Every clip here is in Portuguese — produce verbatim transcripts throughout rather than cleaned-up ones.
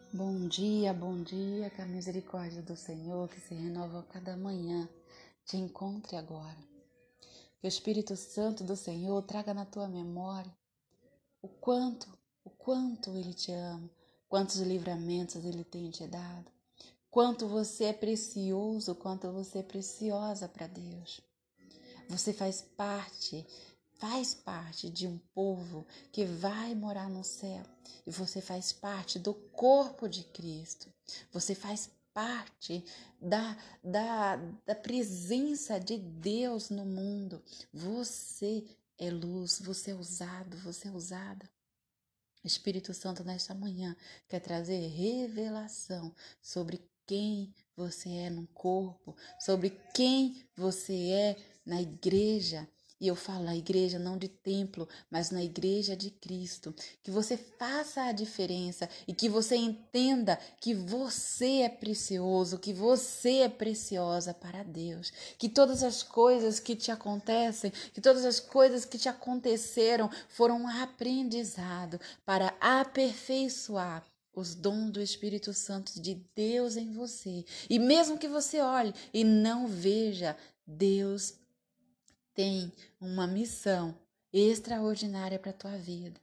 Bom dia, bom dia, que a misericórdia do Senhor, que se renova a cada manhã, te encontre agora. Que o Espírito Santo do Senhor traga na tua memória o quanto, o quanto Ele te ama, quantos livramentos Ele tem te dado, quanto você é precioso, quanto você é preciosa para Deus. Você faz parte, faz parte de um povo que vai morar no céu. E você faz parte do corpo de Cristo. Você faz parte da, da, da presença de Deus no mundo. Você é luz, você é usado, você é usada. O Espírito Santo, nesta manhã, quer trazer revelação sobre quem você é no corpo, sobre quem você é na igreja. E eu falo na igreja não de templo, mas na igreja de Cristo. Que você faça a diferença e que você entenda que você é precioso, que você é preciosa para Deus. Que todas as coisas que te acontecem, que todas as coisas que te aconteceram foram um aprendizado para aperfeiçoar os dons do Espírito Santo de Deus em você. E mesmo que você olhe e não veja, Deus tem uma missão extraordinária para a tua vida.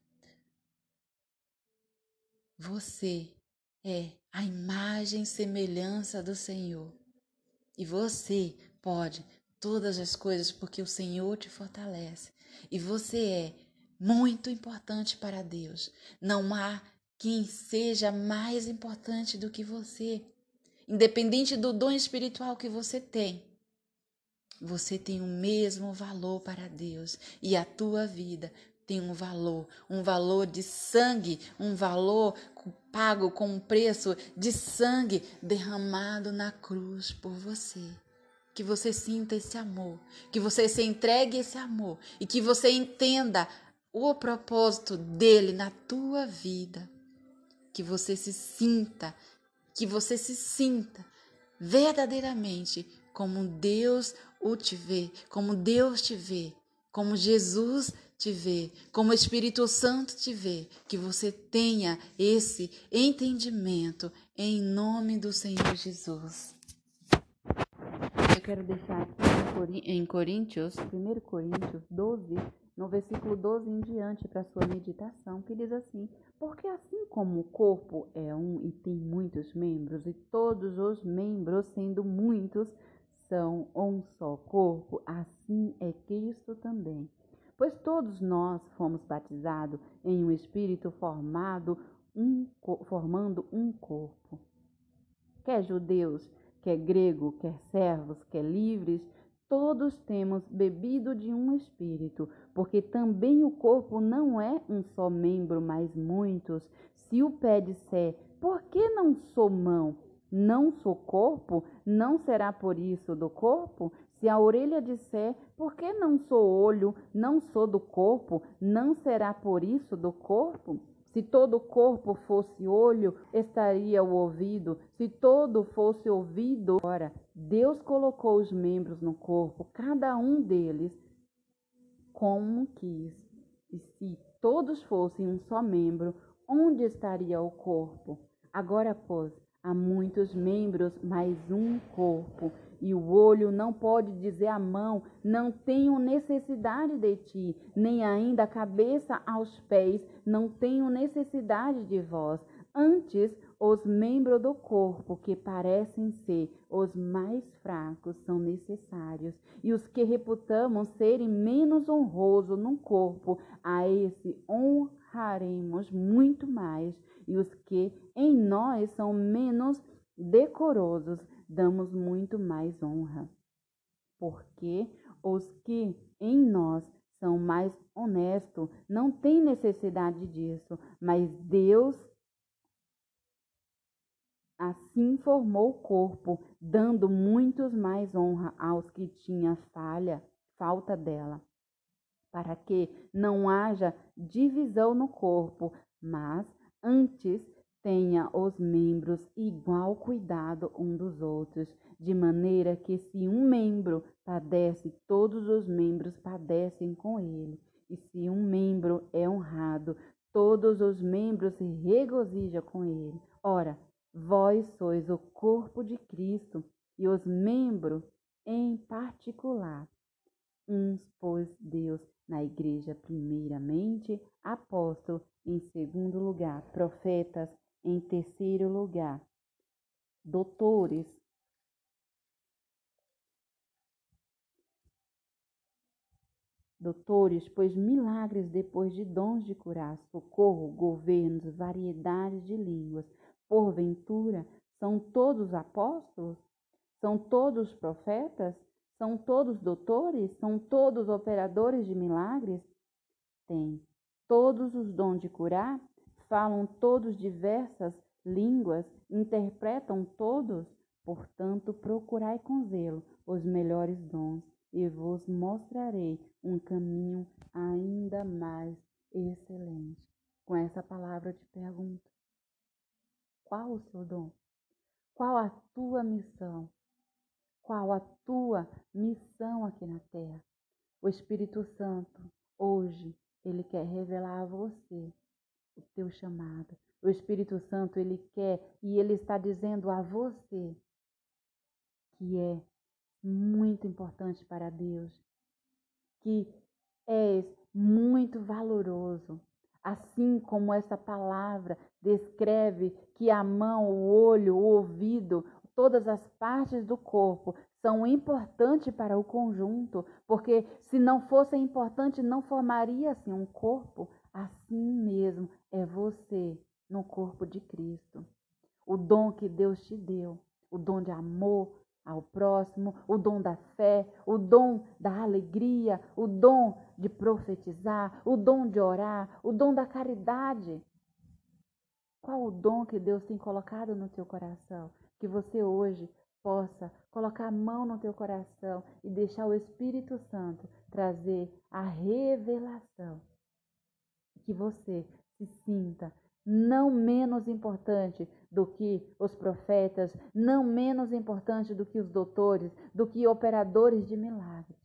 Você é a imagem e semelhança do Senhor. E você pode todas as coisas porque o Senhor te fortalece. E você é muito importante para Deus. Não há quem seja mais importante do que você. Independente do dom espiritual que você tem, você tem o mesmo valor para Deus. E a tua vida tem um valor, um valor de sangue, um valor pago com um preço de sangue derramado na cruz por você. Que você sinta esse amor, que você se entregue esse amor e que você entenda o propósito dele na tua vida. Que você se sinta, que você se sinta verdadeiramente como Deus o te vê, como Deus te vê, como Jesus te vê, como o Espírito Santo te vê, que você tenha esse entendimento em nome do Senhor Jesus. Eu quero deixar aqui em Coríntios, primeiro Coríntios doze, no versículo doze em diante para sua meditação, que diz assim: porque assim como o corpo é um e tem muitos membros, e todos os membros, sendo muitos, são um só corpo, assim é Cristo também. Pois todos nós fomos batizados em um espírito formado um, formando um corpo. Quer judeus, quer grego, quer servos, quer livres, todos temos bebido de um espírito, porque também o corpo não é um só membro, mas muitos. Se o pé disser, por que não sou mão, não sou corpo, não será por isso do corpo? Se a orelha disser, por que não sou olho, não sou do corpo, não será por isso do corpo? Se todo o corpo fosse olho, estaria o ouvido. Se todo fosse ouvido, ora, Deus colocou os membros no corpo, cada um deles como quis. E se todos fossem um só membro, onde estaria o corpo? Agora, pois, há muitos membros, mas um corpo. E o olho não pode dizer à mão, não tenho necessidade de ti, nem ainda a cabeça aos pés, não tenho necessidade de vós. Antes, os membros do corpo que parecem ser os mais fracos são necessários, e os que reputamos serem menos honrosos no corpo, a esse honraremos muito mais, e os que em nós são menos decorosos, damos muito mais honra. Porque os que em nós são mais honestos não têm necessidade disso, mas Deus assim formou o corpo, dando muitos mais honra aos que tinham falha, falta dela, para que não haja divisão no corpo, mas antes tenha os membros igual cuidado um dos outros, de maneira que se um membro padece, todos os membros padecem com ele, e se um membro é honrado, todos os membros se regozijam com ele. Ora, vós sois o corpo de Cristo e os membros em particular. Uns pôs Deus na igreja primeiramente, apóstolo em segundo lugar, profetas em terceiro lugar, doutores, doutores, pois milagres depois de dons de curar, socorro, governos, variedades de línguas. Porventura, são todos apóstolos? São todos profetas? São todos doutores? São todos operadores de milagres? Tem todos os dons de curar? Falam todos diversas línguas? Interpretam todos? Portanto, procurai com zelo os melhores dons, e vos mostrarei um caminho ainda mais excelente. Com essa palavra eu te pergunto: qual o seu dom? Qual a tua missão? Qual a tua missão aqui na terra? O Espírito Santo, hoje, ele quer revelar a você o teu chamado. O Espírito Santo, ele quer e ele está dizendo a você que é muito importante para Deus, que és muito valoroso. Assim como essa palavra descreve que a mão, o olho, o ouvido, todas as partes do corpo são importantes para o conjunto, porque se não fossem importantes, não formaria assim um corpo. Assim mesmo é você no corpo de Cristo. O dom que Deus te deu, o dom de amor ao próximo, o dom da fé, o dom da alegria, o dom de profetizar, o dom de orar, o dom da caridade. Qual o dom que Deus tem colocado no teu coração? Que você hoje possa colocar a mão no teu coração e deixar o Espírito Santo trazer a revelação. Que você se sinta não menos importante do que os profetas, não menos importante do que os doutores, do que operadores de milagres.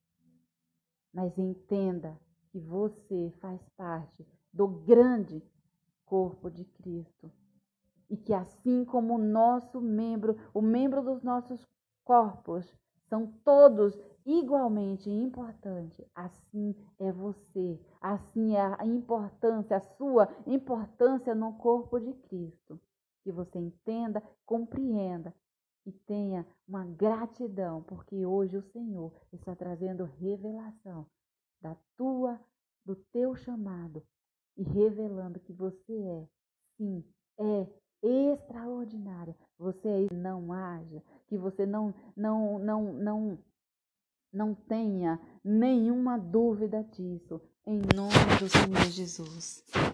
Mas entenda que você faz parte do grande corpo de Cristo. E que assim como o nosso membro, o membro dos nossos corpos, são todos igualmente importantes, assim é você, assim é a importância, a sua importância no corpo de Cristo. Que você entenda, compreenda e tenha uma gratidão, porque hoje o Senhor está trazendo revelação da tua, do teu chamado e revelando que você é, sim, é extraordinária. Você aí não haja, que você não, não, não, não, não tenha nenhuma dúvida disso. Em nome do Senhor Jesus.